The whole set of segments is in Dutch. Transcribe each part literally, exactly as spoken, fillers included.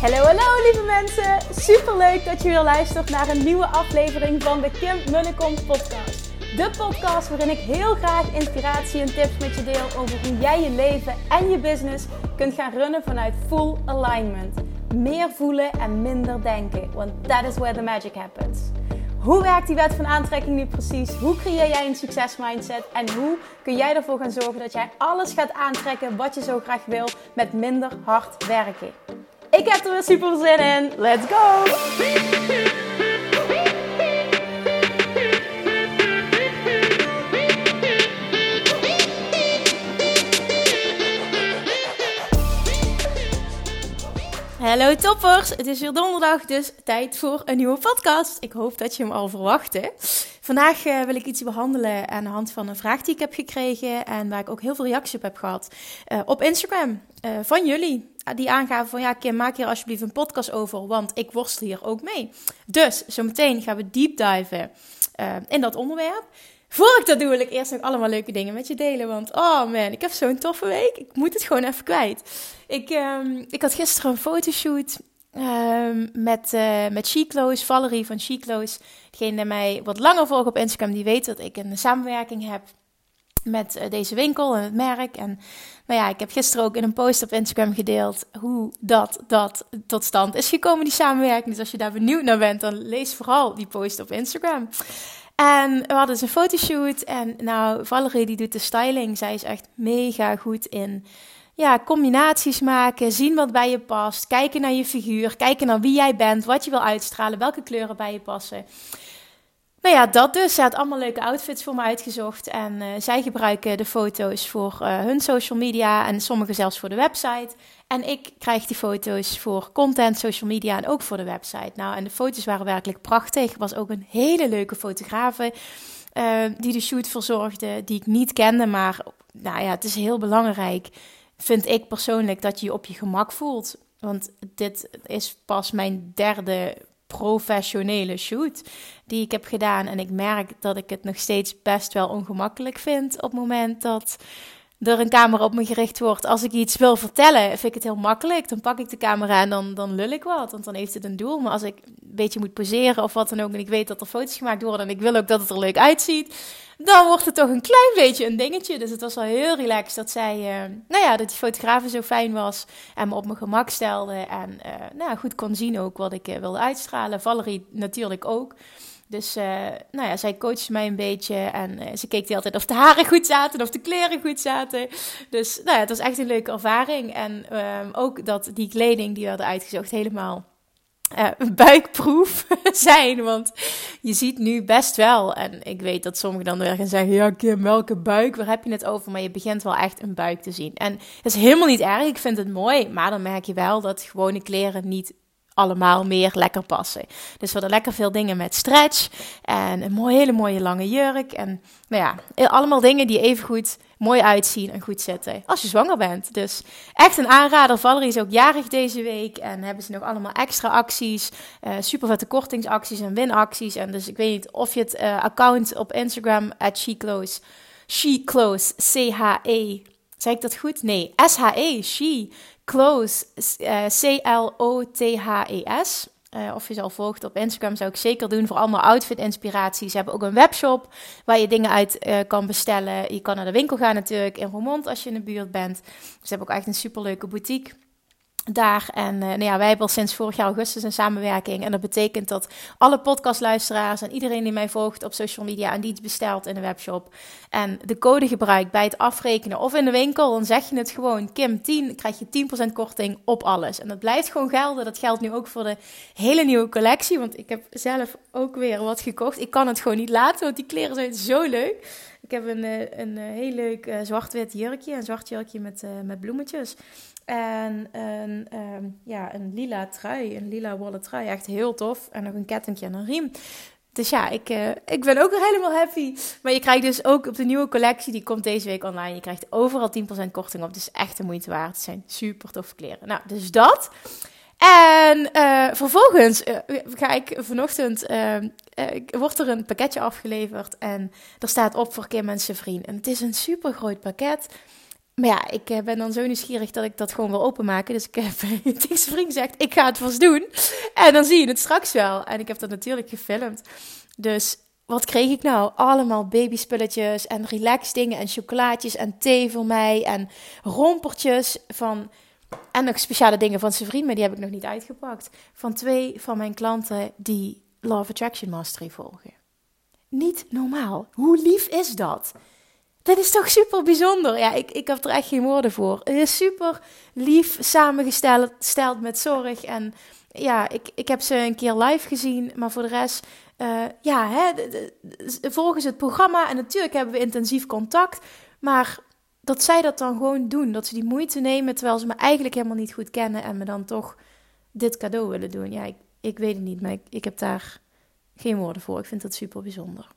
Hallo, hallo lieve mensen. Superleuk dat je weer luistert naar een nieuwe aflevering van de Kim Munnekom podcast. De podcast waarin ik heel graag inspiratie en tips met je deel over hoe jij je leven en je business kunt gaan runnen vanuit full alignment. Meer voelen en minder denken, want that is where the magic happens. Hoe werkt die wet van aantrekking nu precies? Hoe creëer jij een succesmindset? En hoe kun jij ervoor gaan zorgen dat jij alles gaat aantrekken wat je zo graag wil met minder hard werken? Ik heb er weer super zin in. Let's go! Hallo toppers, het is weer donderdag, dus tijd voor een nieuwe podcast. Ik hoop dat je hem al verwachtte. Vandaag uh, wil ik iets behandelen aan de hand van een vraag die ik heb gekregen en waar ik ook heel veel reacties op heb gehad uh, op Instagram uh, van jullie. Die aangaven van ja Kim, maak hier alsjeblieft een podcast over, want ik worstel hier ook mee. Dus zometeen gaan we deep diven uh, in dat onderwerp. Voor ik dat doe wil ik eerst nog allemaal leuke dingen met je delen. Want oh man, ik heb zo'n toffe week. Ik moet het gewoon even kwijt. Ik, um, ik had gisteren een fotoshoot um, met, uh, met She-Close, Valerie van She-Close. Degene die mij wat langer volgt op Instagram, die weet dat ik een samenwerking heb met uh, deze winkel en het merk. En nou ja, ik heb gisteren ook in een post op Instagram gedeeld hoe dat, dat tot stand is gekomen, die samenwerking. Dus als je daar benieuwd naar bent, dan lees vooral die post op Instagram. En we hadden dus een fotoshoot en nou, Valerie die doet de styling. Zij is echt mega goed in ja, combinaties maken, zien wat bij je past, kijken naar je figuur, kijken naar wie jij bent, wat je wil uitstralen, welke kleuren bij je passen. Nou ja, dat dus. Ze had allemaal leuke outfits voor me uitgezocht en uh, zij gebruiken de foto's voor uh, hun social media en sommigen zelfs voor de website. En ik krijg die foto's voor content, social media en ook voor de website. Nou, en de foto's waren werkelijk prachtig. Er was ook een hele leuke fotografe uh, die de shoot verzorgde, die ik niet kende. Maar nou ja, het is heel belangrijk, vind ik persoonlijk, dat je je op je gemak voelt. Want dit is pas mijn derde professionele shoot die ik heb gedaan. En ik merk dat ik het nog steeds best wel ongemakkelijk vind op het moment dat er een camera op me gericht wordt. Als ik iets wil vertellen, vind ik het heel makkelijk. Dan pak ik de camera en dan, dan lul ik wat, want dan heeft het een doel. Maar als ik een beetje moet poseren of wat dan ook en ik weet dat er foto's gemaakt worden en ik wil ook dat het er leuk uitziet, dan wordt het toch een klein beetje een dingetje. Dus het was wel heel relaxed dat zij, uh, nou ja, dat die fotograaf zo fijn was en me op mijn gemak stelde en uh, nou ja, goed kon zien ook wat ik uh, wilde uitstralen. Valerie natuurlijk ook. Dus uh, nou ja, zij coachte mij een beetje en uh, ze keek de hele tijd of de haren goed zaten, of de kleren goed zaten. Dus nou ja, het was echt een leuke ervaring. En uh, ook dat die kleding die we hadden uitgezocht helemaal uh, buikproef zijn. Want je ziet nu best wel, en ik weet dat sommigen dan weer gaan zeggen, ja Kim, welke buik, waar heb je het over? Maar je begint wel echt een buik te zien. En dat is helemaal niet erg, ik vind het mooi, maar dan merk je wel dat gewone kleren niet allemaal meer lekker passen. Dus we hadden lekker veel dingen met stretch en een mooie, hele mooie lange jurk. En nou ja, allemaal dingen die even goed mooi uitzien en goed zitten als je zwanger bent. Dus echt een aanrader. Valerie is ook jarig deze week en hebben ze nog allemaal extra acties, uh, super vette kortingsacties en winacties. En dus ik weet niet of je het uh, account op Instagram at She-Close, She-Close, C H E, zeg ik dat goed? Nee, S H E, She Close, uh, C L O T H E S. Uh, of je ze al volgt op Instagram, zou ik zeker doen voor allemaal outfit inspiraties. Ze hebben ook een webshop waar je dingen uit uh, kan bestellen. Je kan naar de winkel gaan natuurlijk in Roermond als je in de buurt bent. Ze hebben ook echt een superleuke boutique daar. En uh, nou ja, wij hebben al sinds vorig jaar augustus een samenwerking. En dat betekent dat alle podcastluisteraars en iedereen die mij volgt op social media en die iets bestelt in de webshop en de code gebruikt bij het afrekenen of in de winkel, dan zeg je het gewoon Kim tien, krijg je tien procent korting op alles. En dat blijft gewoon gelden. Dat geldt nu ook voor de hele nieuwe collectie, want ik heb zelf ook weer wat gekocht. Ik kan het gewoon niet laten, want die kleren zijn zo leuk. Ik heb een, een, een heel leuk uh, zwart-wit jurkje, een zwart jurkje met, uh, met bloemetjes. En een, um, ja, een lila trui, een lila wollen trui, echt heel tof. En nog een kettingje en een riem. Dus ja, ik, uh, ik ben ook helemaal happy. Maar je krijgt dus ook op de nieuwe collectie, die komt deze week online. Je krijgt overal tien procent korting op. Dus echt de moeite waard. Het zijn super toffe kleren. Nou, dus dat. En uh, vervolgens uh, ga ik vanochtend, uh, uh, wordt er een pakketje afgeleverd. En er staat op voor Kim en zijn vriend. En het is een super groot pakket. Maar ja, ik eh, ben dan zo nieuwsgierig dat ik dat gewoon wil openmaken. Dus ik heb tegen zijn vriend gezegd, ik ga het vast doen. En dan zie je het straks wel. En ik heb dat natuurlijk gefilmd. Dus wat kreeg ik nou? Allemaal babyspulletjes en relax dingen en chocolaatjes en thee voor mij. En rompertjes van... En nog speciale dingen van zijn vriend, maar die heb ik nog niet uitgepakt. Van twee van mijn klanten die Law of Attraction Mastery volgen. Niet normaal. Hoe lief is dat? Dat is toch super bijzonder? Ja, ik, ik heb er echt geen woorden voor. Het is super lief samengesteld stelt met zorg. En ja, ik, ik heb ze een keer live gezien. Maar voor de rest, uh, ja, hè, de, de, volgens het programma. En natuurlijk hebben we intensief contact. Maar dat zij dat dan gewoon doen. Dat ze die moeite nemen terwijl ze me eigenlijk helemaal niet goed kennen. En me dan toch dit cadeau willen doen. Ja, ik, ik weet het niet, maar ik, ik heb daar geen woorden voor. Ik vind dat super bijzonder.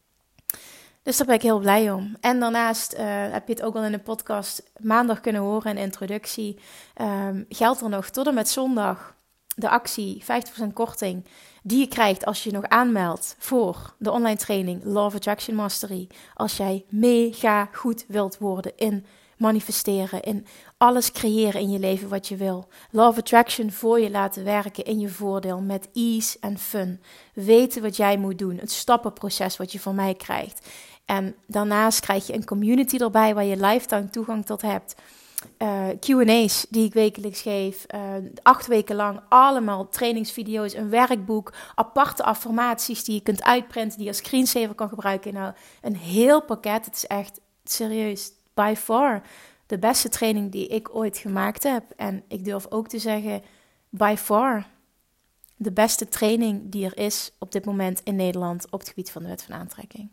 Dus daar ben ik heel blij om. En daarnaast uh, heb je het ook al in de podcast maandag kunnen horen in de introductie. Um, geldt er nog tot en met zondag de actie vijftig procent korting die je krijgt als je je nog aanmeldt voor de online training Law of Attraction Mastery. Als jij mega goed wilt worden in manifesteren, in alles creëren in je leven wat je wil. Law of Attraction voor je laten werken in je voordeel met ease en fun. Weten wat jij moet doen, het stappenproces wat je van mij krijgt. En daarnaast krijg je een community erbij waar je lifetime toegang tot hebt. Uh, Q en A's die ik wekelijks geef. Uh, acht weken lang allemaal trainingsvideo's, een werkboek, aparte affirmaties die je kunt uitprinten, die je als screensaver kan gebruiken. Nou, een heel pakket. Het is echt serieus, by far, de beste training die ik ooit gemaakt heb. En ik durf ook te zeggen, by far, de beste training die er is op dit moment in Nederland op het gebied van de wet van aantrekking.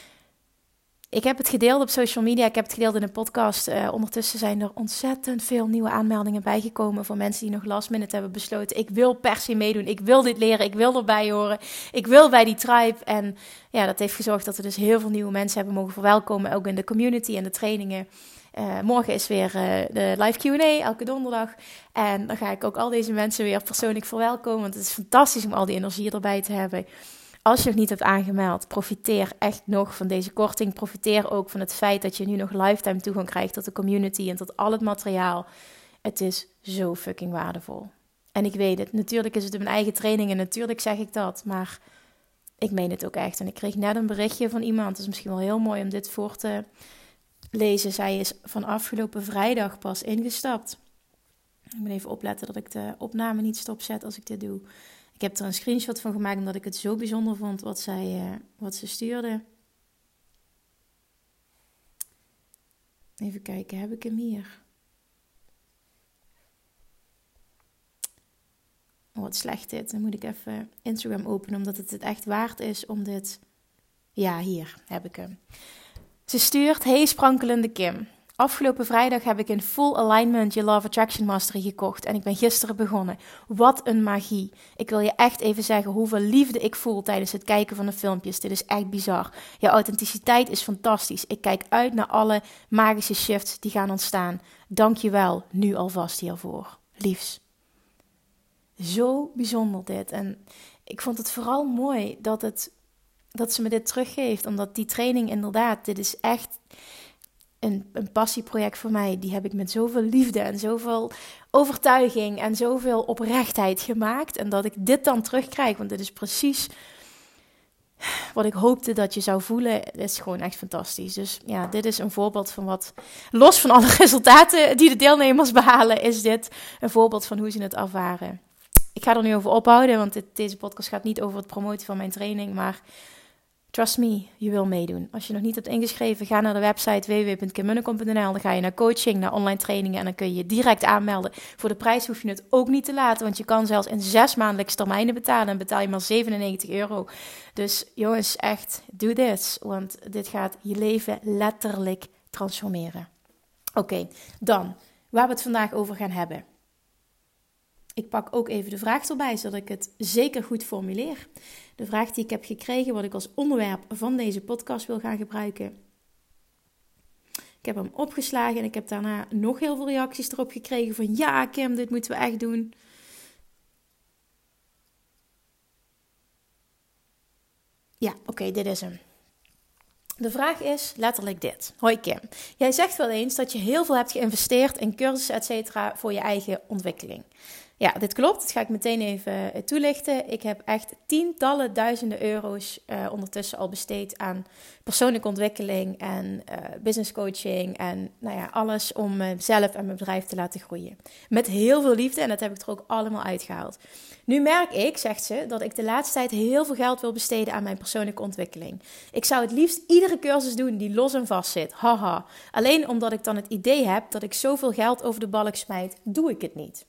Ik heb het gedeeld op social media, ik heb het gedeeld in een podcast. Uh, ondertussen zijn er ontzettend veel nieuwe aanmeldingen bijgekomen voor mensen die nog last minute hebben besloten. Ik wil per se meedoen, ik wil dit leren, ik wil erbij horen, ik wil bij die tribe. En ja, dat heeft gezorgd dat we dus heel veel nieuwe mensen hebben mogen verwelkomen, ook in de community en de trainingen. Uh, morgen is weer uh, de live Q en A, elke donderdag. En dan ga ik ook al deze mensen weer persoonlijk verwelkomen, want het is fantastisch om al die energie erbij te hebben. Als je nog niet hebt aangemeld, profiteer echt nog van deze korting. Profiteer ook van het feit dat je nu nog lifetime toegang krijgt tot de community en tot al het materiaal. Het is zo fucking waardevol. En ik weet het, natuurlijk is het in mijn eigen training en natuurlijk zeg ik dat, maar ik meen het ook echt. En ik kreeg net een berichtje van iemand, het is misschien wel heel mooi om dit voor te lezen. Zij is van afgelopen vrijdag pas ingestapt. Ik moet even opletten dat ik de opname niet stopzet als ik dit doe. Ik heb er een screenshot van gemaakt omdat ik het zo bijzonder vond wat, zij, uh, wat ze stuurde. Even kijken, heb ik hem hier? Oh, wat slecht dit. Dan moet ik even Instagram openen omdat het het echt waard is om dit... Ja, hier heb ik hem. Ze stuurt, hey sprankelende Kim. Afgelopen vrijdag heb ik in Full Alignment je Law of Attraction Mastery gekocht en ik ben gisteren begonnen. Wat een magie. Ik wil je echt even zeggen hoeveel liefde ik voel tijdens het kijken van de filmpjes. Dit is echt bizar. Je authenticiteit is fantastisch. Ik kijk uit naar alle magische shifts die gaan ontstaan. Dank je wel, nu alvast hiervoor. Liefs. Zo bijzonder dit. En ik vond het vooral mooi dat, het, dat ze me dit teruggeeft. Omdat die training inderdaad, dit is echt... Een, een passieproject voor mij, die heb ik met zoveel liefde en zoveel overtuiging en zoveel oprechtheid gemaakt. En dat ik dit dan terugkrijg, want dit is precies wat ik hoopte dat je zou voelen, is gewoon echt fantastisch. Dus ja, dit is een voorbeeld van wat, los van alle resultaten die de deelnemers behalen, is dit een voorbeeld van hoe ze het ervaren. Ik ga er nu over ophouden, want dit, deze podcast gaat niet over het promoten van mijn training, maar... Trust me, je wil meedoen. Als je nog niet hebt ingeschreven, ga naar de website w w w punt kim munnekom punt n l. Dan ga je naar coaching, naar online trainingen en dan kun je je direct aanmelden. Voor de prijs hoef je het ook niet te laten, want je kan zelfs in zes maandelijkse termijnen betalen en betaal je maar zevenennegentig euro. Dus jongens, echt, do this, want dit gaat je leven letterlijk transformeren. Oké, okay, dan, waar we het vandaag over gaan hebben. Ik pak ook even de vraag erbij, zodat ik het zeker goed formuleer. De vraag die ik heb gekregen, wat ik als onderwerp van deze podcast wil gaan gebruiken. Ik heb hem opgeslagen en ik heb daarna nog heel veel reacties erop gekregen van... Ja, Kim, dit moeten we echt doen. Ja, oké, okay, dit is hem. De vraag is letterlijk dit. Hoi Kim, jij zegt wel eens dat je heel veel hebt geïnvesteerd in cursussen, et cetera, voor je eigen ontwikkeling. Ja, dit klopt. Dat ga ik meteen even toelichten. Ik heb echt tientallen duizenden euro's uh, ondertussen al besteed aan persoonlijke ontwikkeling en uh, business coaching en nou ja, alles om mezelf en mijn bedrijf te laten groeien. Met heel veel liefde en dat heb ik er ook allemaal uitgehaald. Nu merk ik, zegt ze, dat ik de laatste tijd heel veel geld wil besteden aan mijn persoonlijke ontwikkeling. Ik zou het liefst iedere cursus doen die los en vast zit. Haha. Alleen omdat ik dan het idee heb dat ik zoveel geld over de balk smijt, doe ik het niet.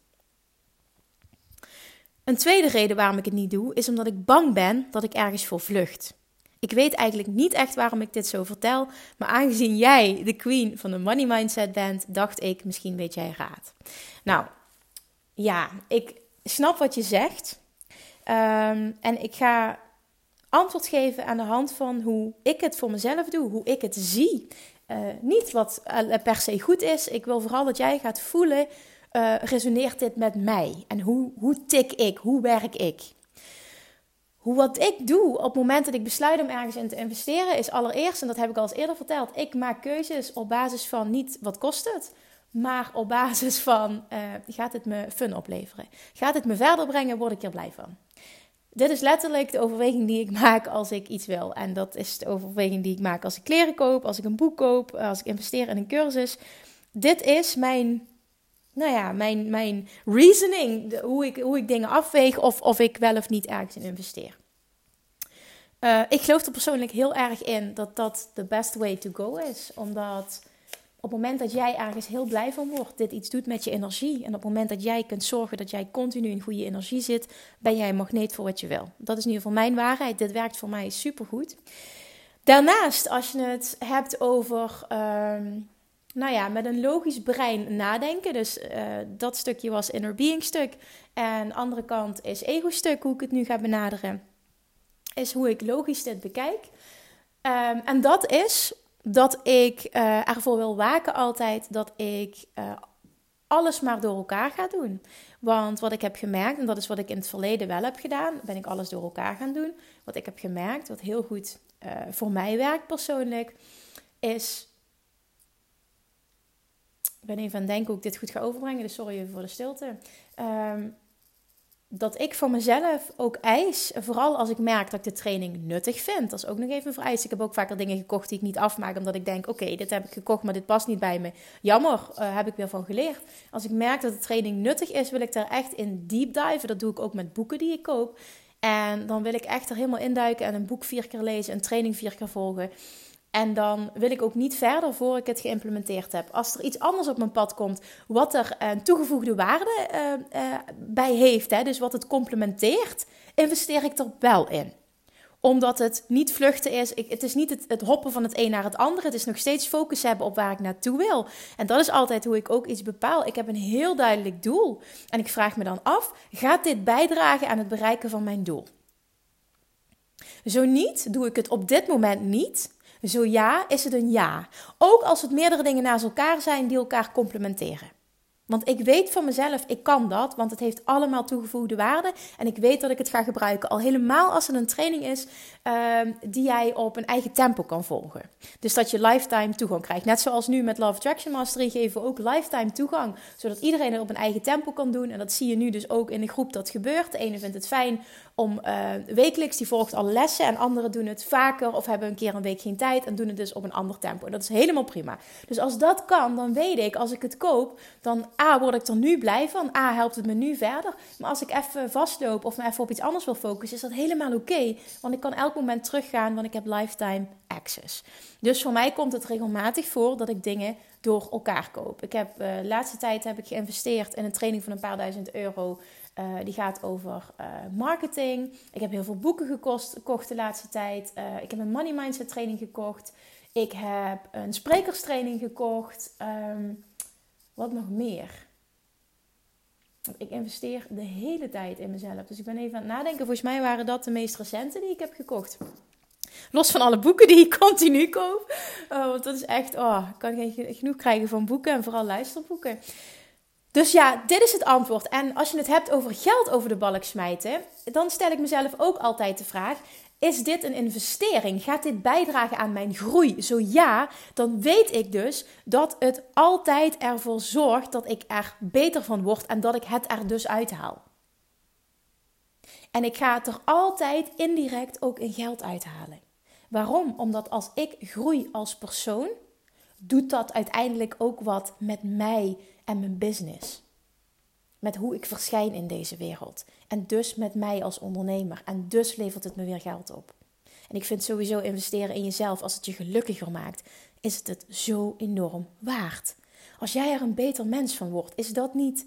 Een tweede reden waarom ik het niet doe, is omdat ik bang ben dat ik ergens voor vlucht. Ik weet eigenlijk niet echt waarom ik dit zo vertel, maar aangezien jij de queen van de money mindset bent, dacht ik, misschien weet jij raad. Nou, ja, ik snap wat je zegt. Um, en ik ga antwoord geven aan de hand van hoe ik het voor mezelf doe, hoe ik het zie. Uh, niet wat uh, per se goed is. Ik wil vooral dat jij gaat voelen, uh, resoneert dit met mij? En hoe, hoe tik ik? Hoe werk ik? Hoe wat ik doe op het moment dat ik besluit om ergens in te investeren is allereerst, en dat heb ik al eens eerder verteld, ik maak keuzes op basis van niet wat kost het, maar op basis van uh, gaat het me fun opleveren? Gaat het me verder brengen? Word ik er blij van? Dit is letterlijk de overweging die ik maak als ik iets wil. En dat is de overweging die ik maak als ik kleren koop, als ik een boek koop, als ik investeer in een cursus. Dit is mijn, nou ja, mijn, mijn reasoning, de, hoe, ik, hoe ik dingen afweeg of, of ik wel of niet ergens in investeer. Uh, ik geloof er persoonlijk heel erg in dat dat de best way to go is. Omdat op het moment dat jij ergens heel blij van wordt, dit iets doet met je energie. En op het moment dat jij kunt zorgen dat jij continu in goede energie zit, ben jij een magneet voor wat je wil. Dat is in ieder geval mijn waarheid. Dit werkt voor mij supergoed. Daarnaast, als je het hebt over, um, nou ja, met een logisch brein nadenken. Dus uh, dat stukje was inner being stuk. En de andere kant is ego stuk, hoe ik het nu ga benaderen. Is hoe ik logisch dit bekijk. Um, en dat is dat ik uh, ervoor wil waken altijd dat ik uh, alles maar door elkaar ga doen. Want wat ik heb gemerkt, en dat is wat ik in het verleden wel heb gedaan, ben ik alles door elkaar gaan doen. Wat ik heb gemerkt, wat heel goed uh, voor mij werkt persoonlijk, is... Ik ben even aan het denken hoe ik dit goed ga overbrengen, dus sorry even voor de stilte. Um, Dat ik voor mezelf ook eis, vooral als ik merk dat ik de training nuttig vind. Dat is ook nog even een vereist. Ik heb ook vaker dingen gekocht die ik niet afmaak, omdat ik denk, oké, okay, dit heb ik gekocht, maar dit past niet bij me. Jammer, uh, heb ik weer van geleerd. Als ik merk dat de training nuttig is, wil ik daar echt in deep diven. Dat doe ik ook met boeken die ik koop. En dan wil ik echt er helemaal induiken en een boek vier keer lezen, een training vier keer volgen. En dan wil ik ook niet verder voor ik het geïmplementeerd heb. Als er iets anders op mijn pad komt wat er een toegevoegde waarde uh, uh, bij heeft, hè, dus wat het complementeert, investeer ik er wel in. Omdat het niet vluchten is, ik, het is niet het, het hoppen van het een naar het andere. Het is nog steeds focus hebben op waar ik naartoe wil. En dat is altijd hoe ik ook iets bepaal. Ik heb een heel duidelijk doel. En ik vraag me dan af, gaat dit bijdragen aan het bereiken van mijn doel? Zo niet, doe ik het op dit moment niet. Zo ja, is het een ja. Ook als het meerdere dingen naast elkaar zijn die elkaar complementeren. Want ik weet van mezelf, ik kan dat, want het heeft allemaal toegevoegde waarde. En ik weet dat ik het ga gebruiken. Al helemaal als het een training is uh, die jij op een eigen tempo kan volgen. Dus dat je lifetime toegang krijgt. Net zoals nu met Love Attraction Mastery geven we ook lifetime toegang. Zodat iedereen het op een eigen tempo kan doen. En dat zie je nu dus ook in de groep dat gebeurt. De ene vindt het fijn om uh, wekelijks, die volgt alle lessen. En anderen doen het vaker of hebben een keer een week geen tijd. En doen het dus op een ander tempo. En dat is helemaal prima. Dus als dat kan, dan weet ik, als ik het koop, dan A, word ik er nu blij van. A, helpt het me nu verder. Maar als ik even vastloop of me even op iets anders wil focussen, is dat helemaal oké. Okay, want ik kan elk moment teruggaan, want ik heb lifetime access. Dus voor mij komt het regelmatig voor dat ik dingen door elkaar koop. Ik heb, uh, de laatste tijd heb ik geïnvesteerd in een training van een paar duizend euro. Uh, die gaat over uh, marketing. Ik heb heel veel boeken gekost, gekocht de laatste tijd. Uh, ik heb een money mindset training gekocht. Ik heb een sprekerstraining gekocht. Um, wat nog meer? Ik investeer de hele tijd in mezelf. Dus ik ben even aan het nadenken. Volgens mij waren dat de meest recente die ik heb gekocht. Los van alle boeken die ik continu koop. Uh, want dat is echt... Oh, ik kan geen genoeg krijgen van boeken. En vooral luisterboeken. Dus ja, dit is het antwoord. En als je het hebt over geld over de balk smijten, dan stel ik mezelf ook altijd de vraag, is dit een investering? Gaat dit bijdragen aan mijn groei? Zo ja, dan weet ik dus dat het altijd ervoor zorgt dat ik er beter van word en dat ik het er dus uithaal. En ik ga het er altijd indirect ook in geld uithalen. Waarom? Omdat als ik groei als persoon, doet dat uiteindelijk ook wat met mij en mijn business. Met hoe ik verschijn in deze wereld. En dus met mij als ondernemer. En dus levert het me weer geld op. En ik vind sowieso investeren in jezelf, als het je gelukkiger maakt, is het het zo enorm waard. Als jij er een beter mens van wordt, is dat niet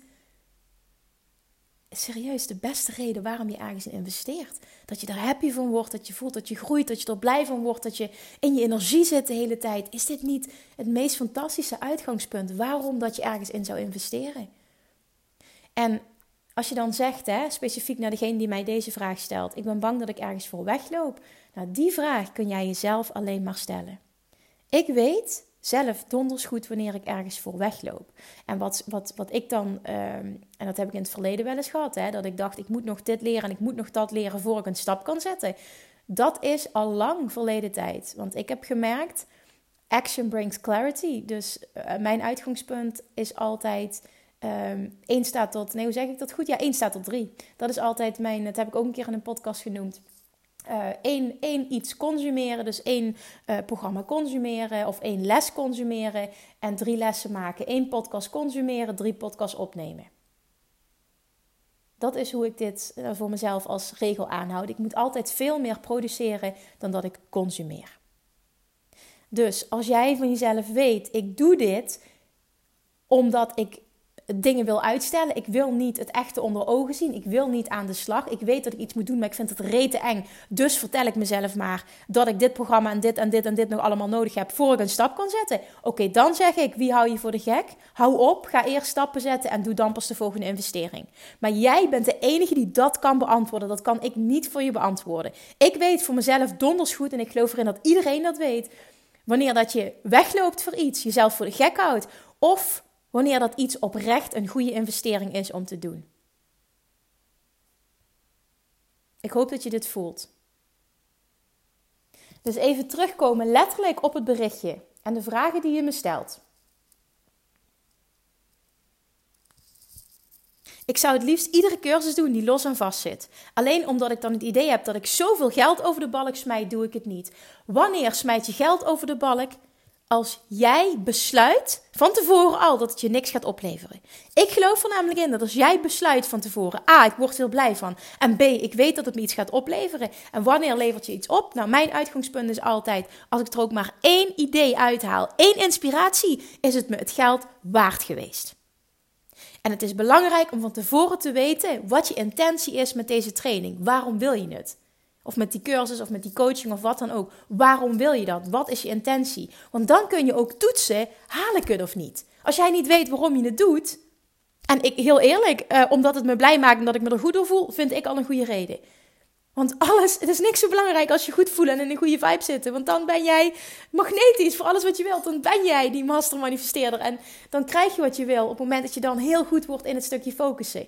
serieus de beste reden waarom je ergens in investeert? Dat je er happy van wordt, dat je voelt dat je groeit, dat je er blij van wordt, dat je in je energie zit de hele tijd. Is dit niet het meest fantastische uitgangspunt waarom dat je ergens in zou investeren? En als je dan zegt, hè, specifiek naar degene die mij deze vraag stelt, ik ben bang dat ik ergens voor wegloop. Nou, die vraag kun jij jezelf alleen maar stellen. Ik weet zelf donders goed wanneer ik ergens voor wegloop. En wat, wat, wat ik dan, um, en dat heb ik in het verleden wel eens gehad, hè, dat ik dacht, ik moet nog dit leren en ik moet nog dat leren voor ik een stap kan zetten. Dat is al lang verleden tijd. Want ik heb gemerkt, action brings clarity. Dus uh, mijn uitgangspunt is altijd Um, één staat tot, nee hoe zeg ik dat goed? Ja, één staat tot drie. Dat is altijd mijn, dat heb ik ook een keer in een podcast genoemd. Uh, één, één iets consumeren, dus één uh, programma consumeren of één les consumeren en drie lessen maken. Eén podcast consumeren, drie podcasts opnemen. Dat is hoe ik dit uh, voor mezelf als regel aanhoud. Ik moet altijd veel meer produceren dan dat ik consumeer. Dus als jij van jezelf weet, ik doe dit omdat ik dingen wil uitstellen. Ik wil niet het echte onder ogen zien. Ik wil niet aan de slag. Ik weet dat ik iets moet doen, maar ik vind het rete eng. Dus vertel ik mezelf maar dat ik dit programma en dit en dit en dit nog allemaal nodig heb voor ik een stap kan zetten. Oké, okay, dan zeg ik, wie hou je voor de gek? Hou op, ga eerst stappen zetten en doe dan pas de volgende investering. Maar jij bent de enige die dat kan beantwoorden. Dat kan ik niet voor je beantwoorden. Ik weet voor mezelf donders goed en ik geloof erin dat iedereen dat weet. Wanneer dat je wegloopt voor iets, jezelf voor de gek houdt of wanneer dat iets oprecht een goede investering is om te doen. Ik hoop dat je dit voelt. Dus even terugkomen letterlijk op het berichtje en de vragen die je me stelt. Ik zou het liefst iedere cursus doen die los en vast zit. Alleen omdat ik dan het idee heb dat ik zoveel geld over de balk smijt, doe ik het niet. Wanneer smijt je geld over de balk? Als jij besluit van tevoren al dat het je niks gaat opleveren. Ik geloof er namelijk in dat als jij besluit van tevoren, A, ik word heel blij van. En B, ik weet dat het me iets gaat opleveren. En wanneer levert je iets op? Nou, mijn uitgangspunt is altijd, als ik er ook maar één idee uithaal, één inspiratie, is het me het geld waard geweest. En het is belangrijk om van tevoren te weten wat je intentie is met deze training. Waarom wil je het? Of met die cursus of met die coaching of wat dan ook. Waarom wil je dat? Wat is je intentie? Want dan kun je ook toetsen, haal ik het of niet? Als jij niet weet waarom je het doet. En ik, heel eerlijk, eh, omdat het me blij maakt en dat ik me er goed door voel, vind ik al een goede reden. Want alles, het is niks zo belangrijk als je goed voelt en in een goede vibe zitten. Want dan ben jij magnetisch voor alles wat je wilt. Dan ben jij die master manifesteerder. En dan krijg je wat je wil op het moment dat je dan heel goed wordt in het stukje focussen.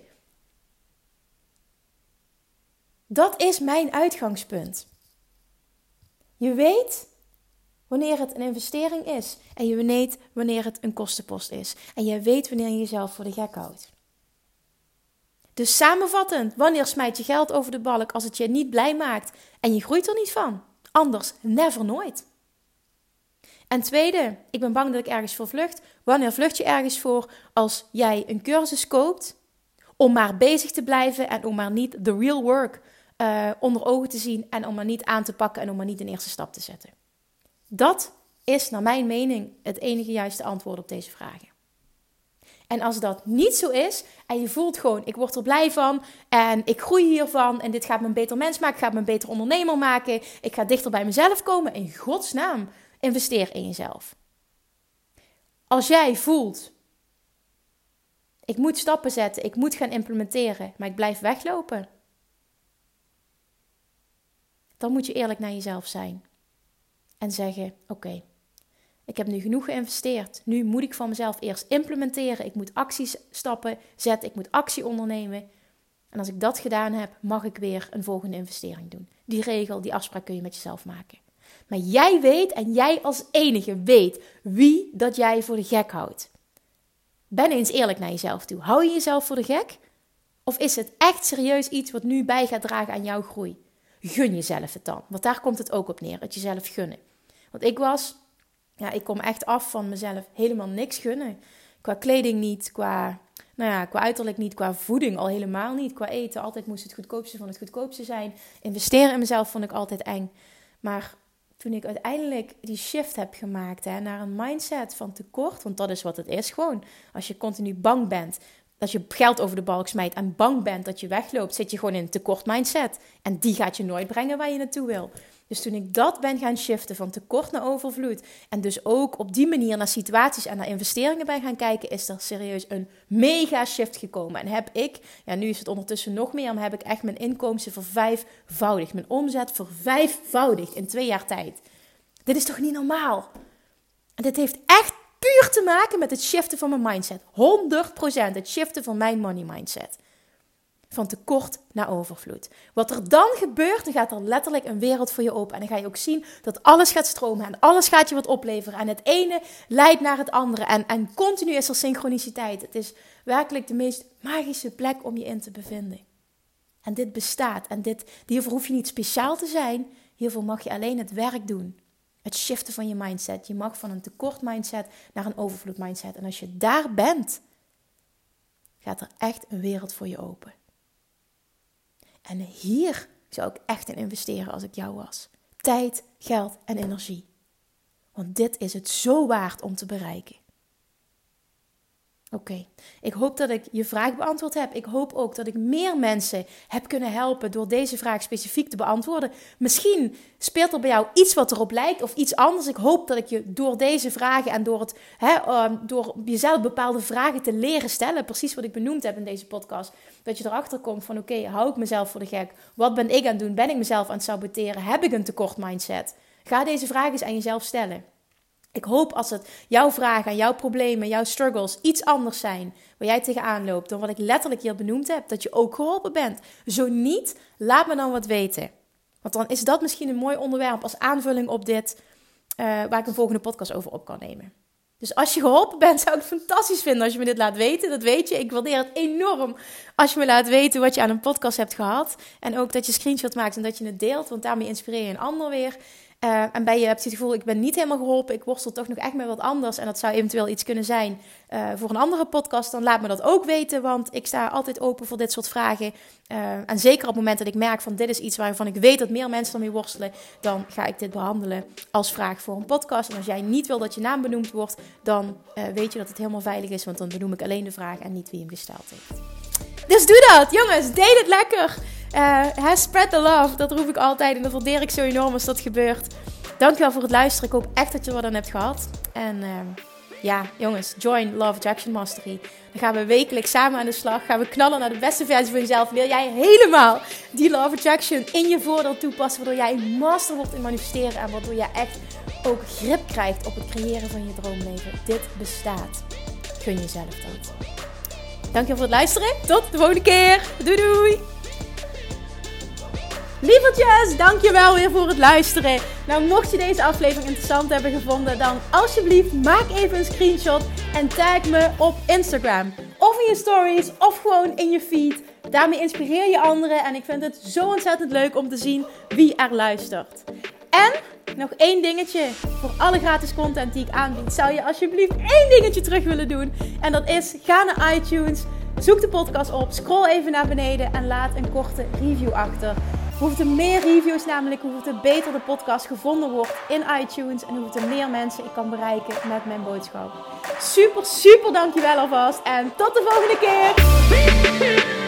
Dat is mijn uitgangspunt. Je weet wanneer het een investering is. En je weet wanneer het een kostenpost is. En je weet wanneer je jezelf voor de gek houdt. Dus samenvattend, wanneer smijt je geld over de balk als het je niet blij maakt en je groeit er niet van? Anders, never nooit. En tweede, ik ben bang dat ik ergens voor vlucht. Wanneer vlucht je ergens voor als jij een cursus koopt om maar bezig te blijven en om maar niet the real work uh, onder ogen te zien en om maar niet aan te pakken en om maar niet een eerste stap te zetten? Dat is naar mijn mening het enige juiste antwoord op deze vragen. En als dat niet zo is en je voelt gewoon, ik word er blij van en ik groei hiervan en dit gaat me een beter mens maken, gaat me een beter ondernemer maken, ik ga dichter bij mezelf komen, in godsnaam, investeer in jezelf. Als jij voelt, ik moet stappen zetten, ik moet gaan implementeren, maar ik blijf weglopen, dan moet je eerlijk naar jezelf zijn en zeggen, oké. Okay, ik heb nu genoeg geïnvesteerd. Nu moet ik van mezelf eerst implementeren. Ik moet actiestappen zetten. Ik moet actie ondernemen. En als ik dat gedaan heb, mag ik weer een volgende investering doen. Die regel, die afspraak kun je met jezelf maken. Maar jij weet en jij als enige weet wie dat jij voor de gek houdt. Ben eens eerlijk naar jezelf toe. Hou je jezelf voor de gek? Of is het echt serieus iets wat nu bij gaat dragen aan jouw groei? Gun jezelf het dan. Want daar komt het ook op neer. Het jezelf gunnen. Want ik was... Ja, ik kom echt af van mezelf helemaal niks gunnen. Qua kleding niet, qua, nou ja, qua uiterlijk niet, qua voeding al helemaal niet. Qua eten, altijd moest het goedkoopste van het goedkoopste zijn. Investeren in mezelf vond ik altijd eng. Maar toen ik uiteindelijk die shift heb gemaakt hè, naar een mindset van tekort, want dat is wat het is gewoon. Als je continu bang bent dat je geld over de balk smijt en bang bent dat je wegloopt, zit je gewoon in een tekort mindset. En die gaat je nooit brengen waar je naartoe wil. Dus toen ik dat ben gaan shiften van tekort naar overvloed en dus ook op die manier naar situaties en naar investeringen ben gaan kijken, is er serieus een mega shift gekomen. En heb ik, ja nu is het ondertussen nog meer, maar heb ik echt mijn inkomsten vervijfvoudigd. Mijn omzet vervijfvoudigd in twee jaar tijd. Dit is toch niet normaal? En dit heeft echt puur te maken met het shiften van mijn mindset. honderd procent het shiften van mijn money mindset. Van tekort naar overvloed. Wat er dan gebeurt, dan gaat er letterlijk een wereld voor je open. En dan ga je ook zien dat alles gaat stromen. En alles gaat je wat opleveren. En het ene leidt naar het andere. En, en continu is er synchroniciteit. Het is werkelijk de meest magische plek om je in te bevinden. En dit bestaat. En dit, hiervoor hoef je niet speciaal te zijn. Hiervoor mag je alleen het werk doen. Het shiften van je mindset. Je mag van een tekort mindset naar een overvloed mindset. En als je daar bent, gaat er echt een wereld voor je open. En hier zou ik echt in investeren als ik jou was. Tijd, geld en energie. Want dit is het zo waard om te bereiken. Oké, okay. Ik hoop dat ik je vraag beantwoord heb. Ik hoop ook dat ik meer mensen heb kunnen helpen door deze vraag specifiek te beantwoorden. Misschien speelt er bij jou iets wat erop lijkt of iets anders. Ik hoop dat ik je door deze vragen en door, het, hè, uh, door jezelf bepaalde vragen te leren stellen, precies wat ik benoemd heb in deze podcast, dat je erachter komt van oké, okay, hou ik mezelf voor de gek? Wat ben ik aan het doen? Ben ik mezelf aan het saboteren? Heb ik een tekort mindset? Ga deze vragen eens aan jezelf stellen. Ik hoop als het jouw vragen, jouw problemen, jouw struggles iets anders zijn, waar jij tegenaan loopt dan wat ik letterlijk hier benoemd heb, dat je ook geholpen bent. Zo niet, laat me dan wat weten. Want dan is dat misschien een mooi onderwerp als aanvulling op dit, uh, waar ik een volgende podcast over op kan nemen. Dus als je geholpen bent, zou ik het fantastisch vinden als je me dit laat weten. Dat weet je, ik waardeer het enorm als je me laat weten wat je aan een podcast hebt gehad. En ook dat je screenshot maakt en dat je het deelt, want daarmee inspireer je een ander weer. Uh, en bij je hebt je het gevoel, ik ben niet helemaal geholpen, ik worstel toch nog echt met wat anders en dat zou eventueel iets kunnen zijn uh, voor een andere podcast, dan laat me dat ook weten, want ik sta altijd open voor dit soort vragen. Uh, en zeker op het moment dat ik merk van dit is iets waarvan ik weet dat meer mensen ermee worstelen, dan ga ik dit behandelen als vraag voor een podcast. En als jij niet wil dat je naam benoemd wordt, dan uh, weet je dat het helemaal veilig is, want dan benoem ik alleen de vraag en niet wie hem gesteld heeft. Dus doe dat, jongens, deel het lekker. Uh, spread the love, dat roep ik altijd en dat waardeer ik zo enorm als dat gebeurt. Dankjewel voor het luisteren, ik hoop echt dat je er wat aan hebt gehad. En uh, ja, jongens, join Love Attraction Mastery. Dan gaan we wekelijks samen aan de slag, gaan we knallen naar de beste versie van jezelf. Wil jij helemaal die Love Attraction in je voordeel toepassen, waardoor jij een master wordt in manifesteren en waardoor jij echt ook grip krijgt op het creëren van je droomleven. Dit bestaat. Gun jezelf dat. Dankjewel voor het luisteren, tot de volgende keer. Doei doei! Lievertjes, dankjewel weer voor het luisteren. Nou, mocht je deze aflevering interessant hebben gevonden, dan alsjeblieft maak even een screenshot en tag me op Instagram. Of in je stories, of gewoon in je feed. Daarmee inspireer je anderen en ik vind het zo ontzettend leuk om te zien wie er luistert. En nog één dingetje. Voor alle gratis content die ik aanbied, zou je alsjeblieft één dingetje terug willen doen. En dat is, ga naar iTunes, zoek de podcast op, scroll even naar beneden en laat een korte review achter. Hoeveel meer reviews namelijk, hoeveel beter de podcast gevonden wordt in iTunes en hoeveel meer mensen ik kan bereiken met mijn boodschap. Super, super dankjewel alvast en tot de volgende keer!